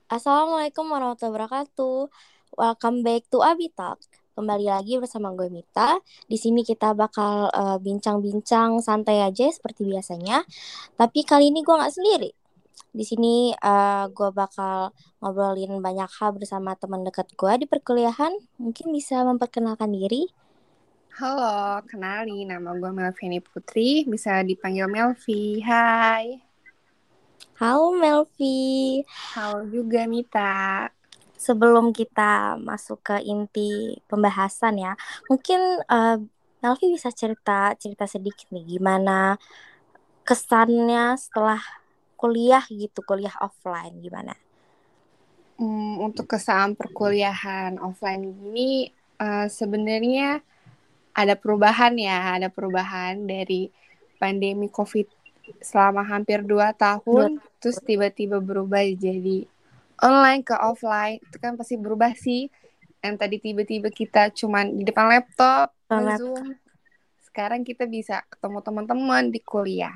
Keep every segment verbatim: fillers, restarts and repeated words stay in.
Assalamualaikum warahmatullahi wabarakatuh. Welcome back to Abi Talk. Kembali lagi bersama gue Mita. Di sini kita bakal eh, bincang-bincang santai aja seperti biasanya. Tapi kali ini gue nggak sendiri. Di sini eh, gue bakal ngobrolin banyak hal bersama teman dekat gue di perkuliahan. Mungkin bisa memperkenalkan diri. Halo, kenali nama gue Melvini Putri, bisa dipanggil Melvi. Hai. Halo Melvi. Halo juga Mita. Sebelum kita masuk ke inti pembahasan ya, mungkin eh, Melvi bisa cerita cerita sedikit nih gimana kesannya setelah kuliah gitu, kuliah offline gimana? Hmm, untuk kesan perkuliahan offline ini eh, sebenarnya ada perubahan ya, ada perubahan dari pandemi COVID selama hampir dua Dua tahun, terus tiba-tiba berubah jadi online ke offline. Itu kan pasti berubah sih. Yang tadi tiba-tiba kita cuman di depan laptop, tahun. nge-zoom. Sekarang kita bisa ketemu teman-teman di kuliah.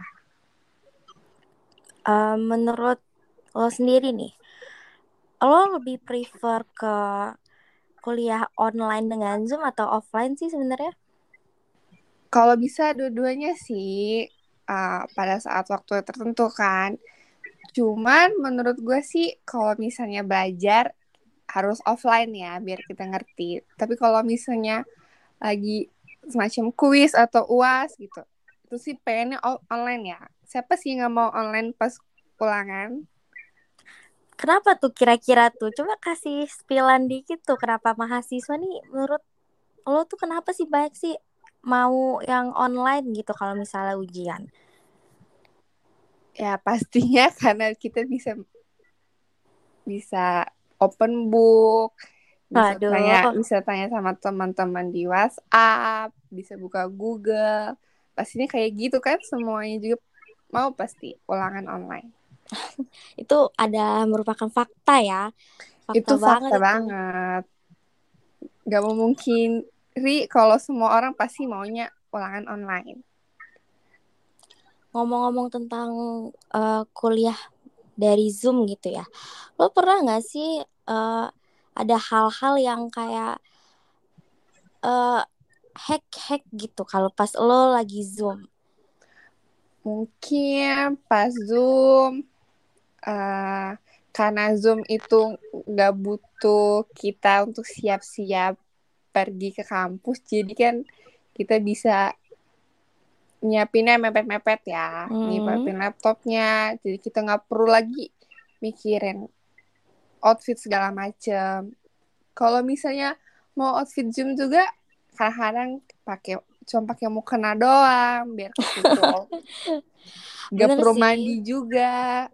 Eh, menurut lo sendiri nih, lo lebih prefer ke kuliah online dengan Zoom atau offline sih sebenarnya? Kalau bisa dua-duanya sih uh, pada saat waktu tertentu kan. Cuman menurut gue sih kalau misalnya belajar harus offline ya biar kita ngerti. Tapi kalau misalnya lagi semacam kuis atau U A S gitu, itu sih pengennya o- online ya. Siapa sih nggak mau online pas ulangan? Kenapa tuh kira-kira tuh? Coba kasih spillan dikit tuh kenapa mahasiswa nih menurut lo tuh kenapa sih banyak sih mau yang online gitu kalau misalnya ujian? Ya pastinya karena kita bisa bisa open book, bisa Aduh, tanya bisa tanya sama teman-teman di WhatsApp, bisa buka Google. Pastinya kayak gitu kan semuanya juga mau pasti ulangan online. itu ada merupakan fakta ya. Itu Fakta fakta banget itu. banget. Gak memungkiri kalau semua orang pasti maunya ulangan online. Ngomong-ngomong tentang eh, kuliah dari Zoom gitu ya. Lo pernah nggak sih eh, ada hal-hal yang kayak eh, hack-hack gitu kalau pas lo lagi Zoom? Mungkin pas Zoom, eh, karena Zoom itu gak butuh kita untuk siap-siap pergi ke kampus, jadi kan kita bisa nyiapinnya mepet-mepet ya, Hmm. nyiapin laptopnya, jadi kita nggak perlu lagi mikirin outfit segala macem. Kalau misalnya mau outfit Zoom juga, kadang-kadang pakai cuma pakai mukena doang biar ketutup. Gak Bener perlu mandi sih. juga.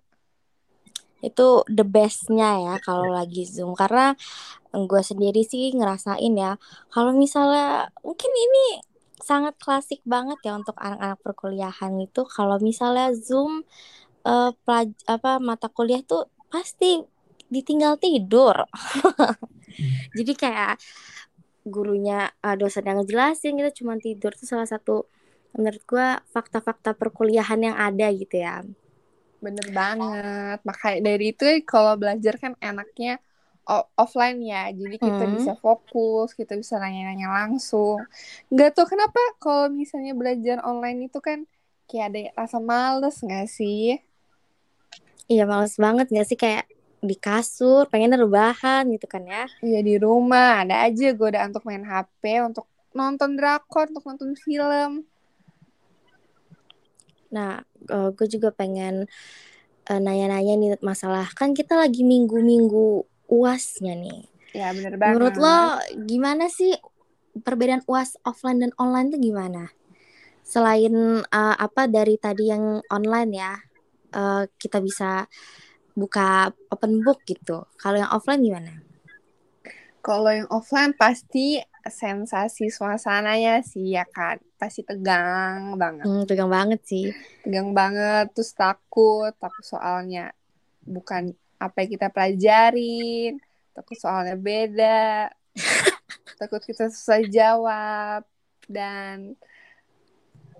Itu the bestnya ya kalau lagi Zoom. Karena gue sendiri sih ngerasain ya. Kalau misalnya mungkin ini sangat klasik banget ya untuk anak-anak perkuliahan itu. Kalau misalnya Zoom eh, pelaj- apa mata kuliah tuh pasti ditinggal tidur. Jadi kayak gurunya eh, dosen yang ngejelasin kita cuma tidur itu salah satu menurut gue fakta-fakta perkuliahan yang ada gitu ya. Bener banget. Makanya dari itu kalau belajar kan enaknya o- offline ya. Jadi kita Hmm. bisa fokus, kita bisa nanya-nanya langsung. Nggak tahu kenapa kalau misalnya belajar online itu kan kayak ada rasa males nggak sih? Iya males banget gak sih kayak di kasur pengen rebahan gitu kan ya. Ya di rumah ada aja godaan untuk main H P, untuk nonton drakor, untuk nonton film. Nah, eh, gue juga pengen eh, nanya-nanya nih masalah kan kita lagi minggu-minggu uasnya nih. Ya bener Menurut banget. lo gimana sih perbedaan uas offline dan online tuh gimana? Selain eh, apa dari tadi yang online ya, eh, kita bisa buka open book gitu. Kalau yang offline gimana? Kalau yang offline pasti sensasi suasananya sih ya kan. Pasti tegang banget. Hmm, tegang banget sih. Tegang banget, terus takut, takut soalnya bukan apa yang kita pelajarin, takut soalnya beda, takut kita susah jawab, dan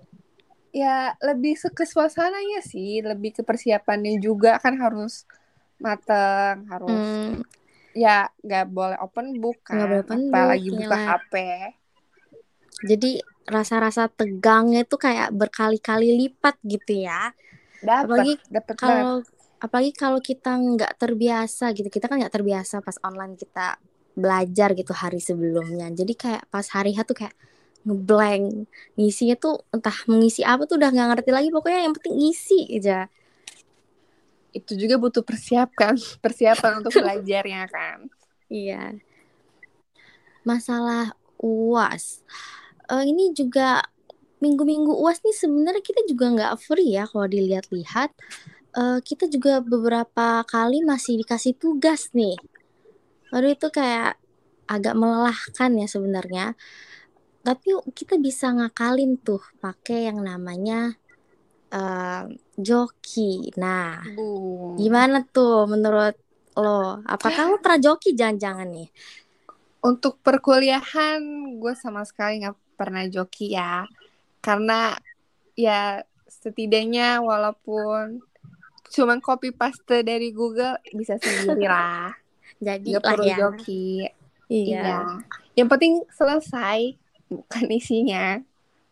ya lebih ke suasananya sih, lebih ke persiapannya juga kan harus mateng, harus Hmm, ya nggak boleh open book nggak kan, boleh open book, apalagi buka ya. H P. Jadi rasa-rasa tegangnya tuh kayak berkali-kali lipat gitu ya. Dapet, Apalagi dapet banget. kalau apalagi kalau kita nggak terbiasa gitu. Kita kan nggak terbiasa pas online kita belajar gitu hari sebelumnya. Jadi kayak pas hari H tuh kayak ngeblank. Ngisinya tuh entah mengisi apa tuh udah nggak ngerti lagi. Pokoknya yang penting ngisi aja. Itu juga butuh persiapkan, persiapan untuk belajarnya kan. Iya. Masalah U A S. Eh, ini juga minggu-minggu U A S nih sebenarnya kita juga nggak free ya kalau dilihat-lihat. Eh, kita juga beberapa kali masih dikasih tugas nih. Aduh itu kayak agak melelahkan ya sebenarnya. Tapi kita bisa ngakalin tuh pakai yang namanya eh, joki. Nah, Bu. gimana tuh menurut lo? Apakah lo pernah joki jangan-jangan nih? Untuk perkuliahan gue sama sekali nggak pernah joki ya. Karena ya setidaknya walaupun cuman copy paste dari Google bisa sendiri lah. Nggak Jadilah perlu ya. joki. Iya. Iya. Yang penting selesai, bukan isinya.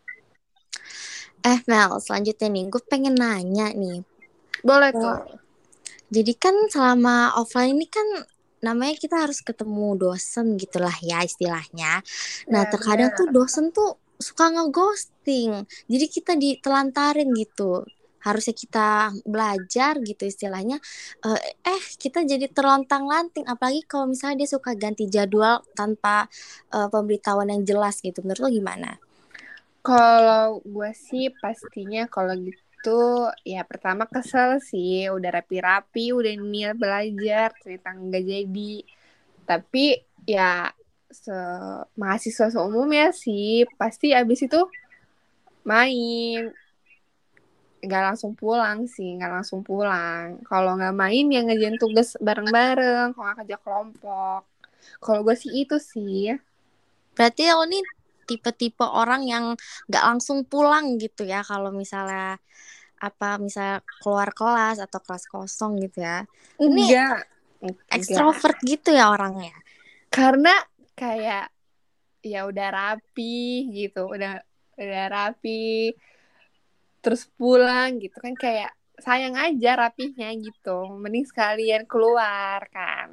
Eh Mel, selanjutnya nih, gue pengen nanya nih. Boleh Eh, tuh. jadi kan selama offline ini kan namanya kita harus ketemu dosen gitulah ya istilahnya. Nah Ya terkadang tuh bener. dosen tuh suka ngeghosting. Jadi kita ditelantarin gitu. Harusnya kita belajar gitu istilahnya. Eh, eh kita jadi terlontang-lanting. Apalagi kalau misalnya dia suka ganti jadwal tanpa eh, pemberitahuan yang jelas gitu. Menurut lo gimana? Kalau gue sih pastinya kalau gitu ya pertama kesel sih, udah rapi-rapi, udah niat belajar, ternyata nggak jadi. Tapi ya se mahasiswa seumumnya sih pasti abis itu main, nggak langsung pulang sih, nggak langsung pulang. Kalau nggak main ya ngerjain tugas bareng-bareng, kalau nggak kerja kelompok. Kalau gue sih itu sih. Berarti lo nih tipe-tipe orang yang gak langsung pulang gitu ya kalau misalnya apa misalnya keluar kelas atau kelas kosong gitu ya. Ini Enggak, enggak. ekstrovert gitu ya orangnya. Karena kayak ya udah rapi gitu, udah udah rapi, terus pulang gitu kan kayak sayang aja rapihnya gitu. Mending sekalian keluar kan.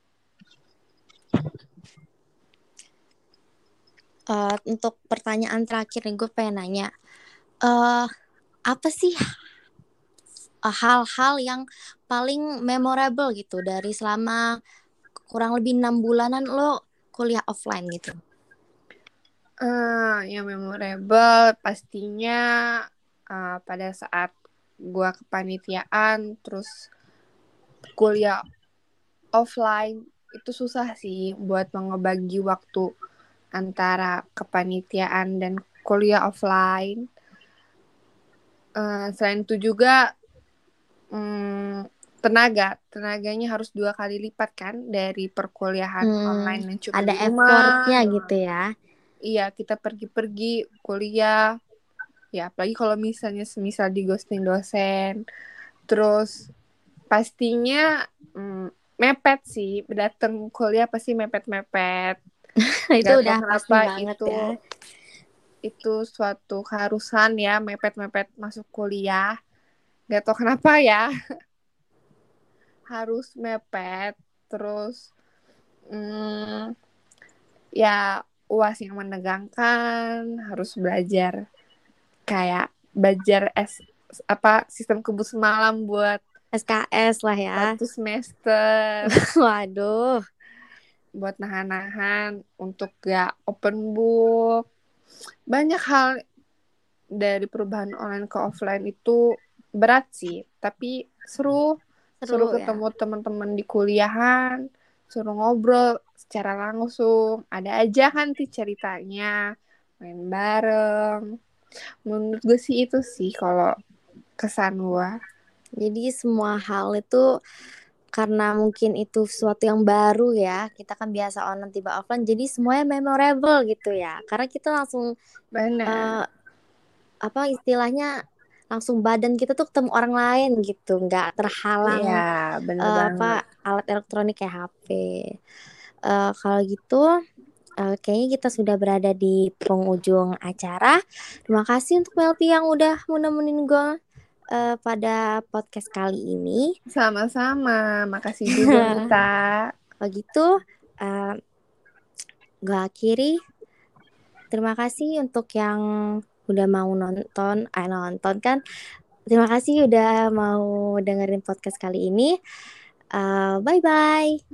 Eh, untuk pertanyaan terakhir nih gue pengen nanya. eh Apa sih eh, hal-hal yang paling memorable gitu dari selama kurang lebih enam bulanan lo kuliah offline gitu? Eh, yang memorable pastinya eh, pada saat gua kepanitiaan terus kuliah offline itu susah sih buat mengebagi waktu antara kepanitiaan dan kuliah offline. Eh, selain itu juga hmm, tenaga, tenaganya harus dua kali lipat kan dari perkuliahan Hmm, online yang cuma ada di rumah effortnya gitu doang. ya. Iya, kita pergi-pergi kuliah. Ya, apalagi kalau misalnya semisal di ghosting dosen. Terus pastinya hmm, mepet sih. Datang kuliah pasti mepet-mepet. Itu Gak tahu udah pasti kenapa banget itu ya. itu suatu keharusan ya mepet-mepet masuk kuliah. Gak tahu kenapa ya harus mepet. Terus hmm, ya U A S yang menegangkan, harus belajar kayak belajar es apa sistem kebut semalam buat S K S lah ya. satu semester, Waduh. buat nahan-nahan untuk gak open book. Banyak hal dari perubahan online ke offline itu berat sih, tapi seru. Seru Seru ya. ketemu teman-teman di kuliahan, suruh ngobrol secara langsung. Ada aja kan nanti ceritanya, main bareng. Menurut gue sih itu sih kalau kesan gue. Jadi semua hal itu karena mungkin itu sesuatu yang baru ya. Kita kan biasa online tiba offline. Jadi semuanya memorable gitu ya. Karena kita langsung Benar. eh, apa istilahnya langsung badan kita tuh ketemu orang lain gitu, nggak Iya, terhalang bener eh, banget. apa alat elektronik kayak H P. Eh, kalau gitu eh, kayaknya kita sudah berada di penghujung acara. Terima kasih untuk Melvi yang udah mau nemenin gue eh, pada podcast kali ini. Sama-sama. Makasih juga, Mita. Kalau gitu, eh, gue akhiri. Terima kasih untuk yang udah mau nonton, eh nonton kan. Terima kasih udah mau dengerin podcast kali ini. Eh, bye-bye.